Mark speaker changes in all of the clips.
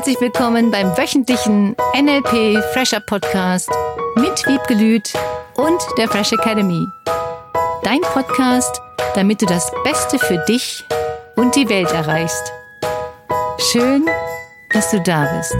Speaker 1: Herzlich willkommen beim wöchentlichen NLP Fresher Podcast mit Wiebke Lüth und der Fresh Academy. Dein Podcast, damit du das Beste für dich und die Welt erreichst. Schön, dass du da bist.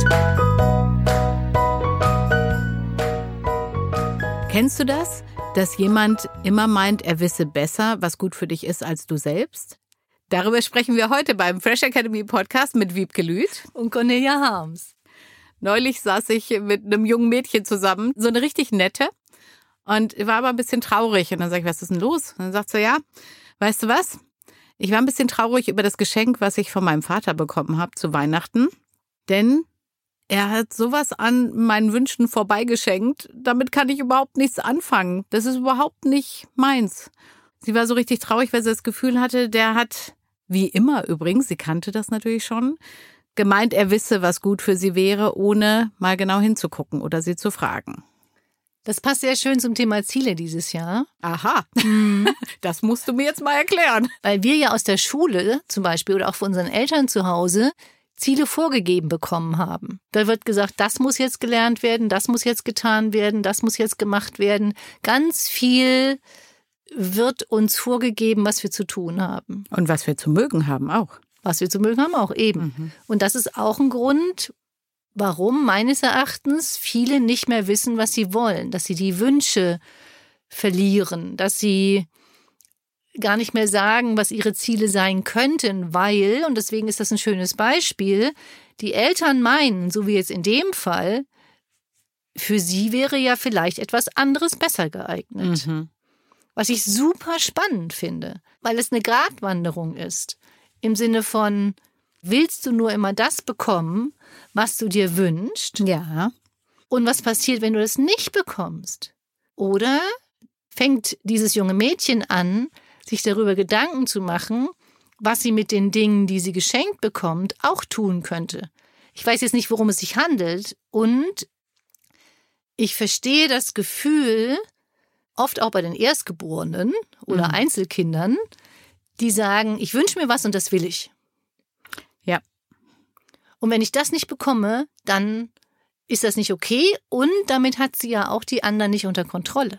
Speaker 1: Kennst du das, dass jemand immer meint, er wisse besser, was gut für dich ist, als du selbst? Darüber sprechen wir heute beim Fresh Academy Podcast mit Wiebke Lüth
Speaker 2: und Cornelia Harms.
Speaker 1: Neulich saß ich mit einem jungen Mädchen zusammen, so eine richtig nette, und war aber ein bisschen traurig. Und dann sage ich, was ist denn los? Und dann sagt sie, ja, weißt du was? Ich war ein bisschen traurig über das Geschenk, was ich von meinem Vater bekommen habe zu Weihnachten, denn er hat sowas an meinen Wünschen vorbeigeschenkt, damit kann ich überhaupt nichts anfangen. Das ist überhaupt nicht meins. Sie war so richtig traurig, weil sie das Gefühl hatte, der hat, wie immer übrigens, sie kannte das natürlich schon, gemeint, er wisse, was gut für sie wäre, ohne mal genau hinzugucken oder sie zu fragen.
Speaker 2: Das passt sehr schön zum Thema Ziele dieses Jahr.
Speaker 1: Aha, das musst du mir jetzt mal erklären.
Speaker 2: Weil wir ja aus der Schule zum Beispiel oder auch von unseren Eltern zu Hause Ziele vorgegeben bekommen haben. Da wird gesagt, das muss jetzt gelernt werden, das muss jetzt getan werden, das muss jetzt gemacht werden. Ganz viel wird uns vorgegeben, was wir zu tun haben.
Speaker 1: Und was wir zu mögen haben auch.
Speaker 2: Was wir zu mögen haben auch, eben. Und das ist auch ein Grund, warum meines Erachtens viele nicht mehr wissen, was sie wollen. Dass sie die Wünsche verlieren, dass sie gar nicht mehr sagen, was ihre Ziele sein könnten, weil, und deswegen ist das ein schönes Beispiel, die Eltern meinen, so wie jetzt in dem Fall, für sie wäre ja vielleicht etwas anderes besser geeignet. Was ich super spannend finde, weil es eine Gratwanderung ist. Im Sinne von, willst du nur immer das bekommen, was du dir wünschst?
Speaker 1: Ja.
Speaker 2: Und was passiert, wenn du das nicht bekommst? Oder fängt dieses junge Mädchen an, sich darüber Gedanken zu machen, was sie mit den Dingen, die sie geschenkt bekommt, auch tun könnte. Ich weiß jetzt nicht, worum es sich handelt. Und ich verstehe das Gefühl, oft auch bei den Erstgeborenen oder Einzelkindern, die sagen, ich wünsche mir was und das will ich.
Speaker 1: Ja.
Speaker 2: Und wenn ich das nicht bekomme, dann ist das nicht okay und damit hat sie ja auch die anderen nicht unter Kontrolle.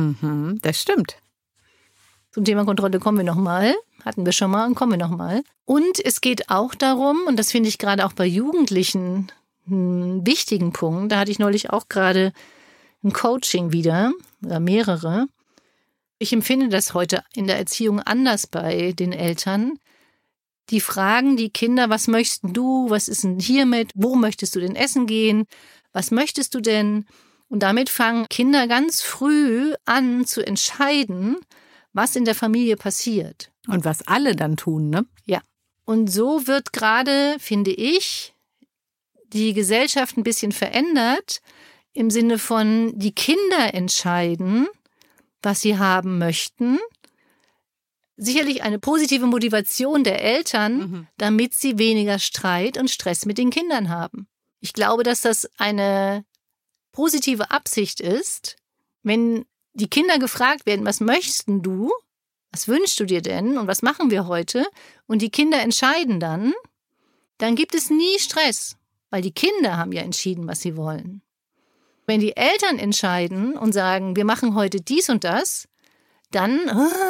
Speaker 1: Das stimmt.
Speaker 2: Zum Thema Kontrolle kommen wir nochmal. Hatten wir schon mal und kommen wir nochmal. Und es geht auch darum, und das finde ich gerade auch bei Jugendlichen einen wichtigen Punkt, da hatte ich neulich auch gerade ein Coaching wieder, oder mehrere. Ich empfinde das heute in der Erziehung anders bei den Eltern. Die fragen die Kinder, was möchtest du, was ist denn hiermit, wo möchtest du denn essen gehen, was möchtest du denn? Und damit fangen Kinder ganz früh an zu entscheiden, was in der Familie passiert.
Speaker 1: Und was alle dann tun, ne?
Speaker 2: Ja. Und so wird gerade, finde ich, die Gesellschaft ein bisschen verändert, im Sinne von, die Kinder entscheiden, was sie haben möchten. Sicherlich eine positive Motivation der Eltern, damit sie weniger Streit und Stress mit den Kindern haben. Ich glaube, dass das eine positive Absicht ist, wenn die Kinder gefragt werden, was möchtest du, was wünschst du dir denn und was machen wir heute? Und die Kinder entscheiden dann gibt es nie Stress, weil die Kinder haben ja entschieden, was sie wollen. Wenn die Eltern entscheiden und sagen, wir machen heute dies und das, dann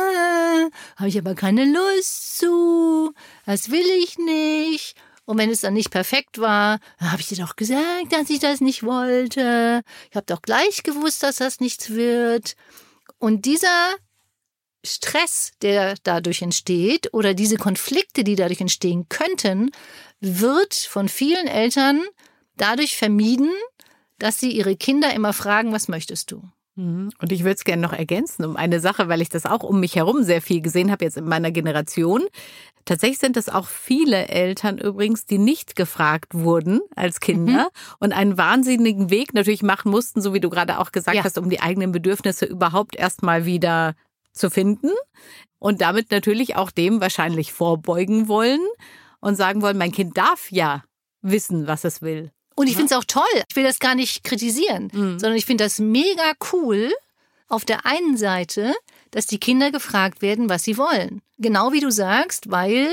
Speaker 2: habe ich aber keine Lust zu, das will ich nicht. Und wenn es dann nicht perfekt war, habe ich dir doch gesagt, dass ich das nicht wollte. Ich habe doch gleich gewusst, dass das nichts wird. Und dieser Stress, der dadurch entsteht, oder diese Konflikte, die dadurch entstehen könnten, wird von vielen Eltern dadurch vermieden, dass sie ihre Kinder immer fragen, was möchtest du?
Speaker 1: Und ich würde es gerne noch ergänzen um eine Sache, weil ich das auch um mich herum sehr viel gesehen habe, jetzt in meiner Generation. Tatsächlich sind es auch viele Eltern übrigens, die nicht gefragt wurden als Kinder und einen wahnsinnigen Weg natürlich machen mussten, so wie du gerade auch gesagt hast, um die eigenen Bedürfnisse überhaupt erstmal wieder zu finden und damit natürlich auch dem wahrscheinlich vorbeugen wollen und sagen wollen, mein Kind darf ja wissen, was es will.
Speaker 2: Und ich finde es auch toll. Ich will das gar nicht kritisieren, sondern ich finde das mega cool, auf der einen Seite, dass die Kinder gefragt werden, was sie wollen. Genau wie du sagst, weil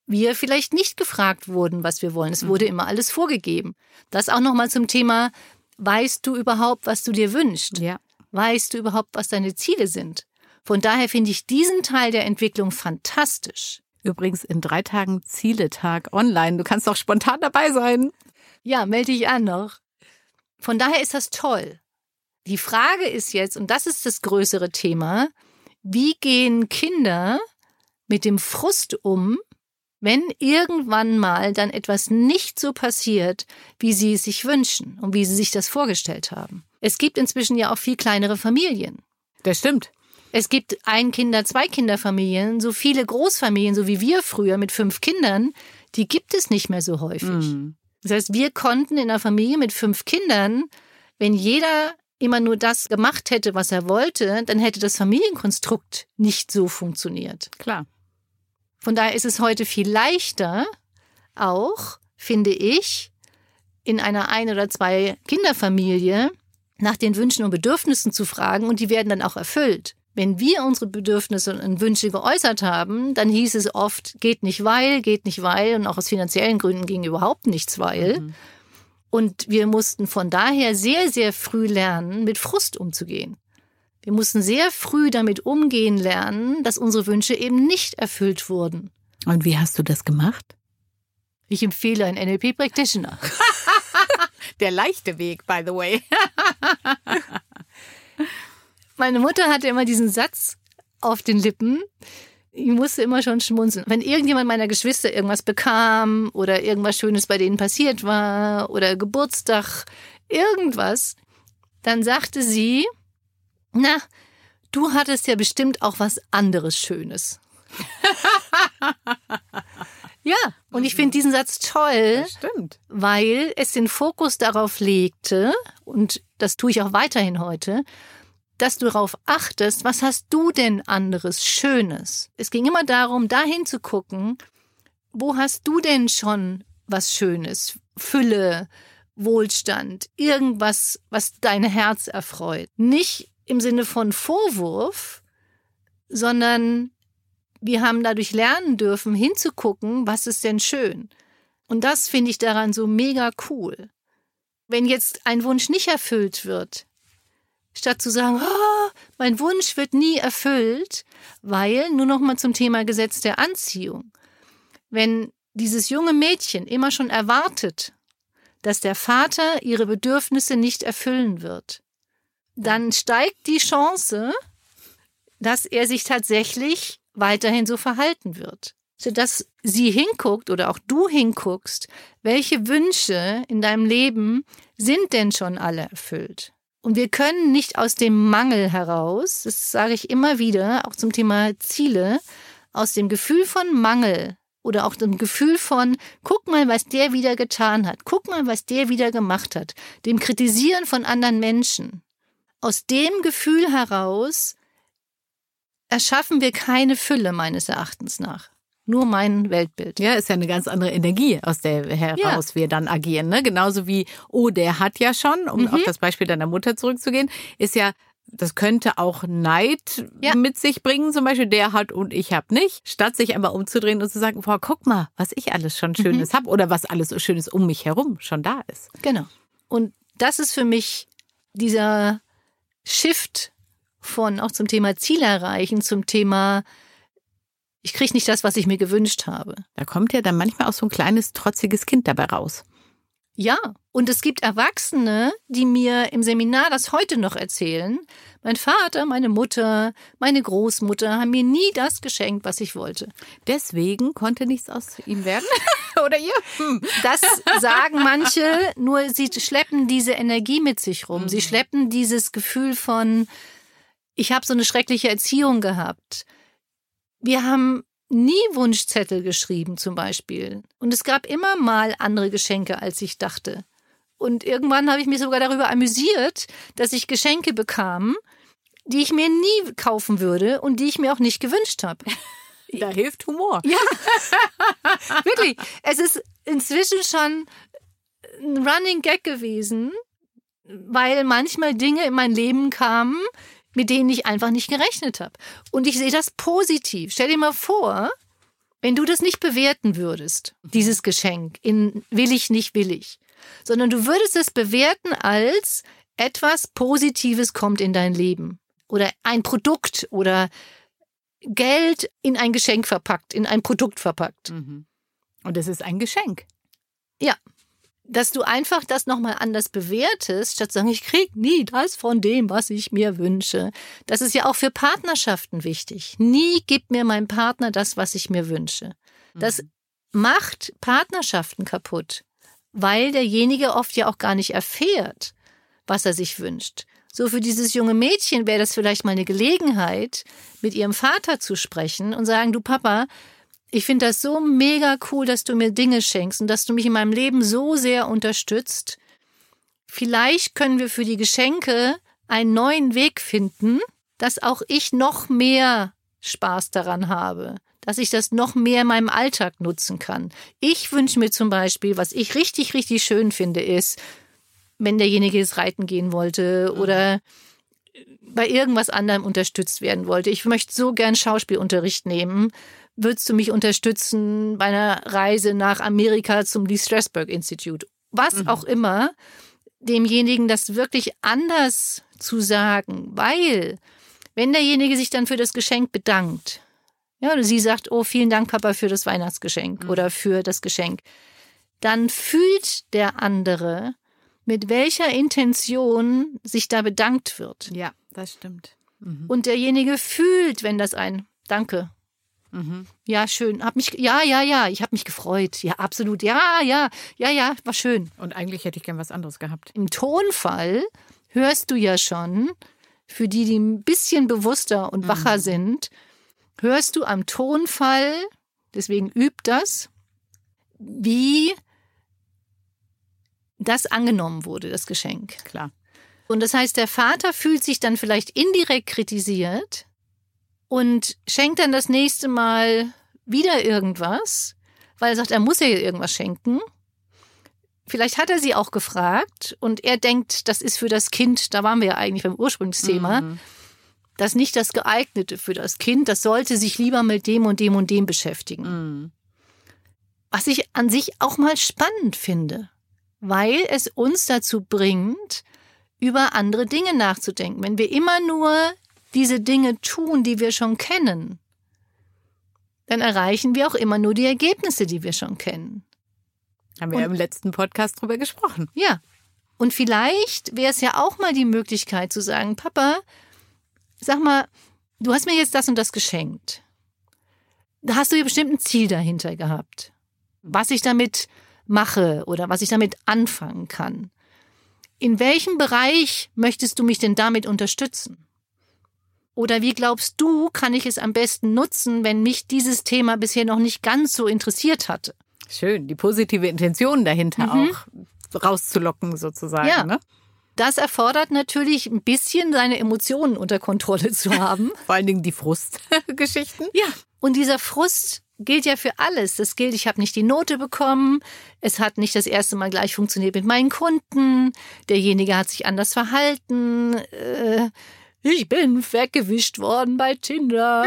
Speaker 2: wir vielleicht nicht gefragt wurden, was wir wollen. Es wurde immer alles vorgegeben. Das auch nochmal zum Thema, weißt du überhaupt, was du dir wünschst?
Speaker 1: Ja.
Speaker 2: Weißt du überhaupt, was deine Ziele sind? Von daher finde ich diesen Teil der Entwicklung fantastisch.
Speaker 1: Übrigens in 3 Tagen Zieletag online. Du kannst doch spontan dabei sein.
Speaker 2: Ja, melde dich an noch. Von daher ist das toll. Die Frage ist jetzt, und das ist das größere Thema, wie gehen Kinder mit dem Frust um, wenn irgendwann mal dann etwas nicht so passiert, wie sie es sich wünschen und wie sie sich das vorgestellt haben. Es gibt inzwischen ja auch viel kleinere Familien.
Speaker 1: Das stimmt.
Speaker 2: Es gibt Ein-Kinder-, Zwei-Kinder-Familien, so viele Großfamilien, so wie wir früher mit 5 Kindern, die gibt es nicht mehr so häufig.
Speaker 1: Mhm.
Speaker 2: Das heißt, wir konnten in einer Familie mit 5 Kindern, wenn jeder immer nur das gemacht hätte, was er wollte, dann hätte das Familienkonstrukt nicht so funktioniert.
Speaker 1: Klar.
Speaker 2: Von daher ist es heute viel leichter, auch, finde ich, in einer 1- oder 2-Kinderfamilie nach den Wünschen und Bedürfnissen zu fragen und die werden dann auch erfüllt. Wenn wir unsere Bedürfnisse und Wünsche geäußert haben, dann hieß es oft, geht nicht weil und auch aus finanziellen Gründen ging überhaupt nichts weil. Mhm. Und wir mussten von daher sehr, sehr früh lernen, mit Frust umzugehen. Wir mussten sehr früh damit umgehen lernen, dass unsere Wünsche eben nicht erfüllt wurden.
Speaker 1: Und wie hast du das gemacht?
Speaker 2: Ich empfehle einen NLP-Practitioner.
Speaker 1: Der leichte Weg, by the way.
Speaker 2: Meine Mutter hatte immer diesen Satz auf den Lippen. Ich musste immer schon schmunzeln. Wenn irgendjemand meiner Geschwister irgendwas bekam oder irgendwas Schönes bei denen passiert war oder Geburtstag, irgendwas, dann sagte sie, na, du hattest ja bestimmt auch was anderes Schönes. Ja, und ich finde diesen Satz toll,
Speaker 1: Das stimmt.
Speaker 2: weil es den Fokus darauf legte, und das tue ich auch weiterhin heute, dass du darauf achtest, was hast du denn anderes Schönes? Es ging immer darum, dahin zu gucken, wo hast du denn schon was Schönes? Fülle, Wohlstand, irgendwas, was dein Herz erfreut. Nicht im Sinne von Vorwurf, sondern wir haben dadurch lernen dürfen, hinzugucken, was ist denn schön. Und das finde ich daran so mega cool. Wenn jetzt ein Wunsch nicht erfüllt wird, statt zu sagen, oh, mein Wunsch wird nie erfüllt, weil, nur noch mal zum Thema Gesetz der Anziehung, wenn dieses junge Mädchen immer schon erwartet, dass der Vater ihre Bedürfnisse nicht erfüllen wird, dann steigt die Chance, dass er sich tatsächlich weiterhin so verhalten wird. Sodass sie hinguckt oder auch du hinguckst, welche Wünsche in deinem Leben sind denn schon alle erfüllt? Und wir können nicht aus dem Mangel heraus, das sage ich immer wieder, auch zum Thema Ziele, aus dem Gefühl von Mangel oder auch dem Gefühl von, guck mal, was der wieder getan hat, guck mal, was der wieder gemacht hat, dem Kritisieren von anderen Menschen. Aus dem Gefühl heraus erschaffen wir keine Fülle meines Erachtens nach. Nur mein Weltbild.
Speaker 1: Ja, ist ja eine ganz andere Energie, aus der heraus wir dann agieren. Ne? Genauso wie, oh, der hat ja schon, um auf das Beispiel deiner Mutter zurückzugehen, ist ja, das könnte auch Neid mit sich bringen, zum Beispiel, der hat und ich habe nicht, statt sich einmal umzudrehen und zu sagen, boah, guck mal, was ich alles schon Schönes habe oder was alles so Schönes um mich herum schon da ist.
Speaker 2: Genau. Und das ist für mich dieser Shift von auch zum Thema Ziel erreichen, zum Thema ich kriege nicht das, was ich mir gewünscht habe.
Speaker 1: Da kommt ja dann manchmal auch so ein kleines, trotziges Kind dabei raus.
Speaker 2: Ja, und es gibt Erwachsene, die mir im Seminar das heute noch erzählen. Mein Vater, meine Mutter, meine Großmutter haben mir nie das geschenkt, was ich wollte.
Speaker 1: Deswegen konnte nichts aus ihm werden? Oder ihr?
Speaker 2: Das sagen manche, nur sie schleppen diese Energie mit sich rum. Sie schleppen dieses Gefühl von, ich habe so eine schreckliche Erziehung gehabt. Wir haben nie Wunschzettel geschrieben zum Beispiel. Und es gab immer mal andere Geschenke, als ich dachte. Und irgendwann habe ich mich sogar darüber amüsiert, dass ich Geschenke bekam, die ich mir nie kaufen würde und die ich mir auch nicht gewünscht habe.
Speaker 1: Da hilft Humor.
Speaker 2: Ja, wirklich. Es ist inzwischen schon ein Running Gag gewesen, weil manchmal Dinge in mein Leben kamen, mit denen ich einfach nicht gerechnet habe. Und ich sehe das positiv. Stell dir mal vor, Wenn du das nicht bewerten würdest, dieses Geschenk, in will ich, nicht will ich, sondern du würdest es bewerten als etwas Positives kommt in dein Leben oder ein Produkt oder Geld in ein Geschenk verpackt, in ein Produkt verpackt.
Speaker 1: Und es ist ein Geschenk.
Speaker 2: Ja, dass du einfach das nochmal anders bewertest, statt zu sagen, ich krieg nie das von dem, was ich mir wünsche. Das ist ja auch für Partnerschaften wichtig. Nie gibt mir mein Partner das, was ich mir wünsche. Das macht Partnerschaften kaputt, weil derjenige oft ja auch gar nicht erfährt, was er sich wünscht. So für dieses junge Mädchen wäre das vielleicht mal eine Gelegenheit, mit ihrem Vater zu sprechen und sagen, du Papa, ich finde das so mega cool, dass du mir Dinge schenkst und dass du mich in meinem Leben so sehr unterstützt. Vielleicht können wir für die Geschenke einen neuen Weg finden, dass auch ich noch mehr Spaß daran habe, dass ich das noch mehr in meinem Alltag nutzen kann. Ich wünsche mir zum Beispiel, was ich richtig, richtig schön finde, ist, wenn derjenige jetzt reiten gehen wollte oder bei irgendwas anderem unterstützt werden wollte. Ich möchte so gern Schauspielunterricht nehmen. Würdest du mich unterstützen bei einer Reise nach Amerika zum Lee Strasberg Institute? Was auch immer, demjenigen das wirklich anders zu sagen, weil wenn derjenige sich dann für das Geschenk bedankt, ja, oder sie sagt, oh, vielen Dank, Papa, für das Weihnachtsgeschenk oder für das Geschenk, dann fühlt der andere, mit welcher Intention sich da bedankt wird.
Speaker 1: Ja, das stimmt.
Speaker 2: Und derjenige fühlt, wenn das ein Danke. Ja, schön. Ich habe mich gefreut. Ja, absolut. Ja, war schön.
Speaker 1: Und eigentlich hätte ich gern was anderes gehabt.
Speaker 2: Im Tonfall hörst du ja schon, für die, die ein bisschen bewusster und wacher sind, hörst du am Tonfall, deswegen übt das, wie das angenommen wurde, das Geschenk.
Speaker 1: Klar.
Speaker 2: Und das heißt, der Vater fühlt sich dann vielleicht indirekt kritisiert und schenkt dann das nächste Mal wieder irgendwas, weil er sagt, er muss ja irgendwas schenken. Vielleicht hat er sie auch gefragt und er denkt, das ist für das Kind, da waren wir ja eigentlich beim Ursprungsthema, das ist nicht das Geeignete für das Kind, das sollte sich lieber mit dem und dem und dem beschäftigen. Was ich an sich auch mal spannend finde, weil es uns dazu bringt, über andere Dinge nachzudenken. Wenn wir immer nur diese Dinge tun, die wir schon kennen, dann erreichen wir auch immer nur die Ergebnisse, die wir schon kennen.
Speaker 1: Haben wir ja im letzten Podcast drüber gesprochen.
Speaker 2: Ja. Und vielleicht wäre es ja auch mal die Möglichkeit zu sagen, Papa, sag mal, du hast mir jetzt das und das geschenkt. Da hast du ja bestimmt ein Ziel dahinter gehabt, was ich damit mache oder was ich damit anfangen kann. In welchem Bereich möchtest du mich denn damit unterstützen? Oder wie glaubst du, kann ich es am besten nutzen, wenn mich dieses Thema bisher noch nicht ganz so interessiert hatte?
Speaker 1: Schön, die positive Intention dahinter auch rauszulocken sozusagen.
Speaker 2: Ja,
Speaker 1: ne?
Speaker 2: Das erfordert natürlich ein bisschen seine Emotionen unter Kontrolle zu haben.
Speaker 1: Vor allen Dingen die Frustgeschichten.
Speaker 2: Ja, und dieser Frust gilt ja für alles. Das gilt, ich habe nicht die Note bekommen, es hat nicht das erste Mal gleich funktioniert mit meinen Kunden, derjenige hat sich anders verhalten, ich bin weggewischt worden bei Tinder.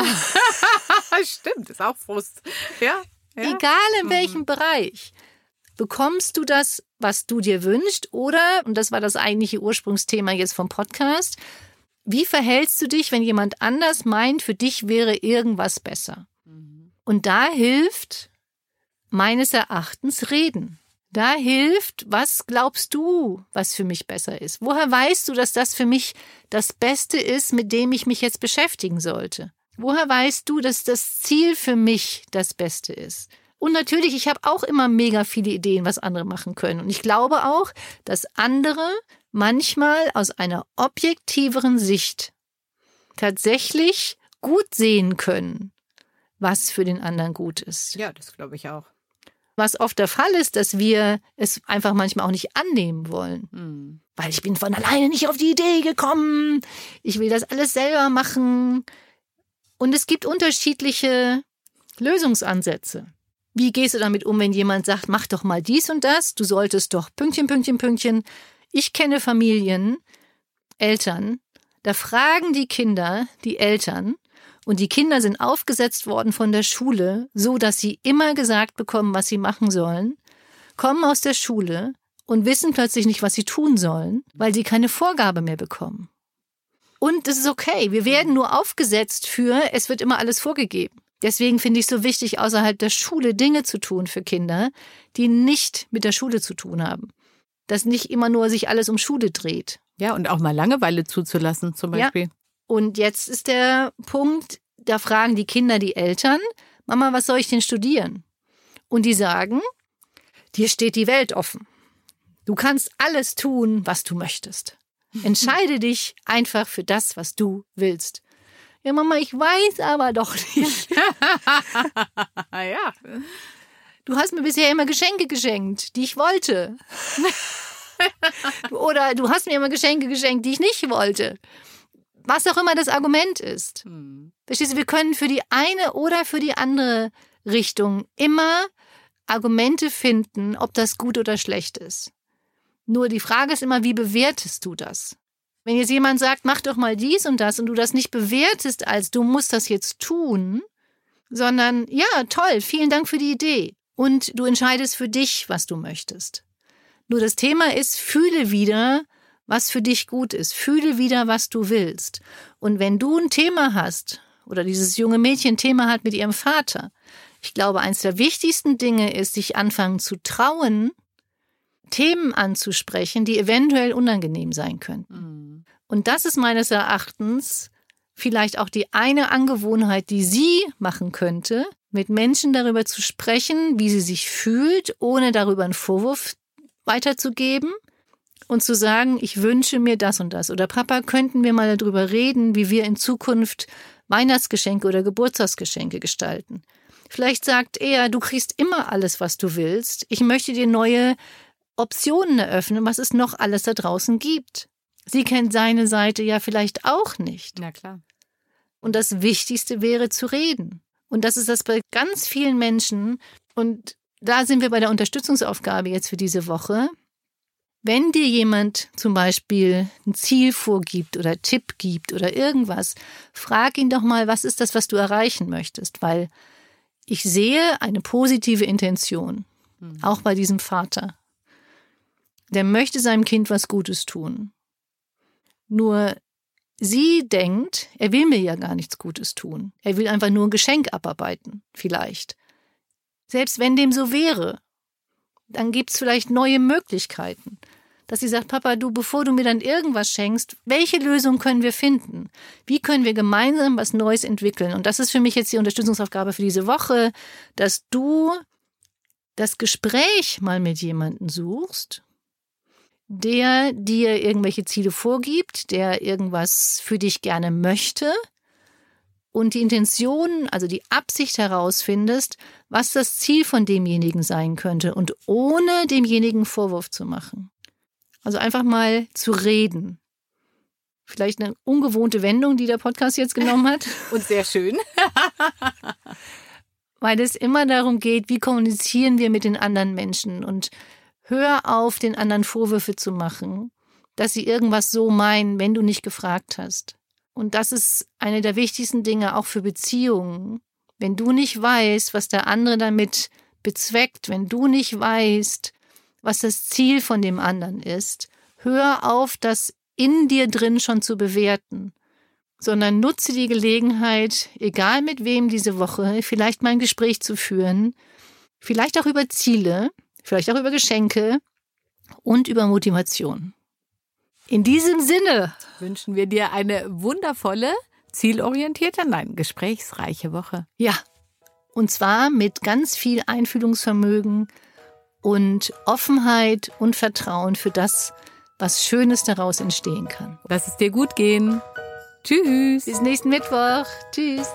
Speaker 1: Stimmt, ist auch Frust. Ja.
Speaker 2: Egal in welchem Bereich. Bekommst du das, was du dir wünschst? Oder, und das war das eigentliche Ursprungsthema jetzt vom Podcast, wie verhältst du dich, wenn jemand anders meint, für dich wäre irgendwas besser? Und da hilft meines Erachtens Reden. Da hilft, was glaubst du, was für mich besser ist? Woher weißt du, dass das für mich das Beste ist, mit dem ich mich jetzt beschäftigen sollte? Woher weißt du, dass das Ziel für mich das Beste ist? Und natürlich, ich habe auch immer mega viele Ideen, was andere machen können. Und ich glaube auch, dass andere manchmal aus einer objektiveren Sicht tatsächlich gut sehen können, was für den anderen gut ist.
Speaker 1: Ja, das glaube ich auch.
Speaker 2: Was oft der Fall ist, dass wir es einfach manchmal auch nicht annehmen wollen. Weil ich bin von alleine nicht auf die Idee gekommen. Ich will das alles selber machen. Und es gibt unterschiedliche Lösungsansätze. Wie gehst du damit um, wenn jemand sagt, mach doch mal dies und das, du solltest doch Pünktchen, Pünktchen, Pünktchen. Ich kenne Familien, Eltern, da fragen die Kinder die Eltern Und die Kinder sind aufgesetzt worden von der Schule, so dass sie immer gesagt bekommen, was sie machen sollen, kommen aus der Schule und wissen plötzlich nicht, was sie tun sollen, weil sie keine Vorgabe mehr bekommen. Und das ist okay. Wir werden nur aufgesetzt für, es wird immer alles vorgegeben. Deswegen finde ich es so wichtig, außerhalb der Schule Dinge zu tun für Kinder, die nicht mit der Schule zu tun haben. Dass nicht immer nur sich alles um Schule dreht.
Speaker 1: Ja, und auch mal Langeweile zuzulassen zum Beispiel.
Speaker 2: Ja. Und jetzt ist der Punkt, da fragen die Kinder die Eltern, Mama, was soll ich denn studieren? Und die sagen, dir steht die Welt offen. Du kannst alles tun, was du möchtest. Entscheide dich einfach für das, was du willst. Ja, Mama, ich weiß aber doch nicht.
Speaker 1: Ja.
Speaker 2: Du hast mir bisher immer Geschenke geschenkt, die ich wollte. Oder du hast mir immer Geschenke geschenkt, die ich nicht wollte. Was auch immer das Argument ist. Verstehst du, wir können für die eine oder für die andere Richtung immer Argumente finden, ob das gut oder schlecht ist. Nur die Frage ist immer, wie bewertest du das? Wenn jetzt jemand sagt, mach doch mal dies und das und du das nicht bewertest als, du musst das jetzt tun, sondern, ja, toll, vielen Dank für die Idee. Und du entscheidest für dich, was du möchtest. Nur das Thema ist, fühle wieder, was für dich gut ist. Fühle wieder, was du willst. Und wenn du ein Thema hast, oder dieses junge Mädchen ein Thema hat mit ihrem Vater, ich glaube, eins der wichtigsten Dinge ist, sich anfangen zu trauen, Themen anzusprechen, die eventuell unangenehm sein könnten. Und das ist meines Erachtens vielleicht auch die eine Angewohnheit, die sie machen könnte, mit Menschen darüber zu sprechen, wie sie sich fühlt, ohne darüber einen Vorwurf weiterzugeben und zu sagen, ich wünsche mir das und das. Oder Papa, könnten wir mal darüber reden, wie wir in Zukunft Weihnachtsgeschenke oder Geburtstagsgeschenke gestalten. Vielleicht sagt er, du kriegst immer alles, was du willst. Ich möchte dir neue Optionen eröffnen, was es noch alles da draußen gibt. Sie kennt seine Seite ja vielleicht auch nicht.
Speaker 1: Na klar.
Speaker 2: Und das Wichtigste wäre zu reden. Und das ist das bei ganz vielen Menschen. Und da sind wir bei der Unterstützungsaufgabe jetzt für diese Woche. Wenn dir jemand zum Beispiel ein Ziel vorgibt oder Tipp gibt oder irgendwas, frag ihn doch mal, was ist das, was du erreichen möchtest? Weil ich sehe eine positive Intention, auch bei diesem Vater. Der möchte seinem Kind was Gutes tun. Nur sie denkt, er will mir ja gar nichts Gutes tun. Er will einfach nur ein Geschenk abarbeiten, vielleicht. Selbst wenn dem so wäre, dann gibt es vielleicht neue Möglichkeiten. Dass sie sagt, Papa, du, bevor du mir dann irgendwas schenkst, welche Lösung können wir finden? Wie können wir gemeinsam was Neues entwickeln? Und das ist für mich jetzt die Unterstützungsaufgabe für diese Woche, dass du das Gespräch mal mit jemandem suchst, der dir irgendwelche Ziele vorgibt, der irgendwas für dich gerne möchte und die Intention, also die Absicht herausfindest, was das Ziel von demjenigen sein könnte und ohne demjenigen Vorwurf zu machen. Also einfach mal zu reden. Vielleicht eine ungewohnte Wendung, die der Podcast jetzt genommen hat.
Speaker 1: Und sehr schön.
Speaker 2: Weil es immer darum geht, wie kommunizieren wir mit den anderen Menschen und hör auf, den anderen Vorwürfe zu machen, dass sie irgendwas so meinen, wenn du nicht gefragt hast. Und das ist eine der wichtigsten Dinge auch für Beziehungen. Wenn du nicht weißt, was der andere damit bezweckt, wenn du nicht weißt, was das Ziel von dem anderen ist, hör auf, das in dir drin schon zu bewerten, sondern nutze die Gelegenheit, egal mit wem diese Woche, vielleicht mal ein Gespräch zu führen, vielleicht auch über Ziele, vielleicht auch über Geschenke und über Motivation. In diesem Sinne
Speaker 1: wünschen wir dir eine wundervolle, zielorientierte, gesprächsreiche Woche.
Speaker 2: Ja, und zwar mit ganz viel Einfühlungsvermögen und Offenheit und Vertrauen für das, was Schönes daraus entstehen kann.
Speaker 1: Lass es dir gut gehen. Tschüss.
Speaker 2: Bis nächsten Mittwoch. Tschüss.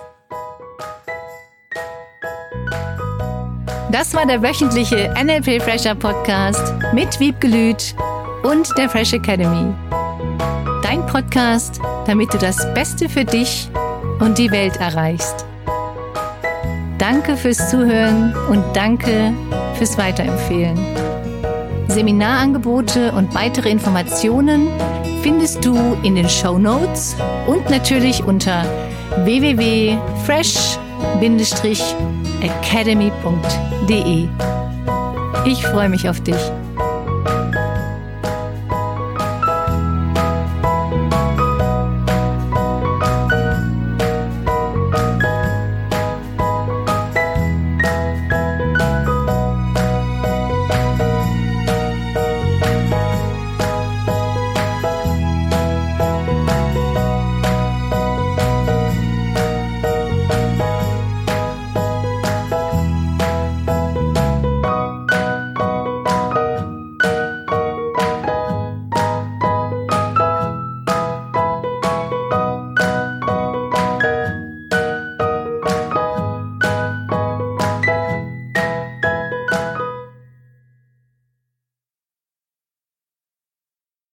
Speaker 2: Das war der wöchentliche NLP Fresher Podcast mit Wiebke Lüth und der Fresh Academy. Dein Podcast, damit du das Beste für dich und die Welt erreichst. Danke fürs Zuhören und danke fürs Weiterempfehlen. Seminarangebote und weitere Informationen findest du in den Shownotes und natürlich unter www.fresh-academy.de. Ich freue mich auf dich.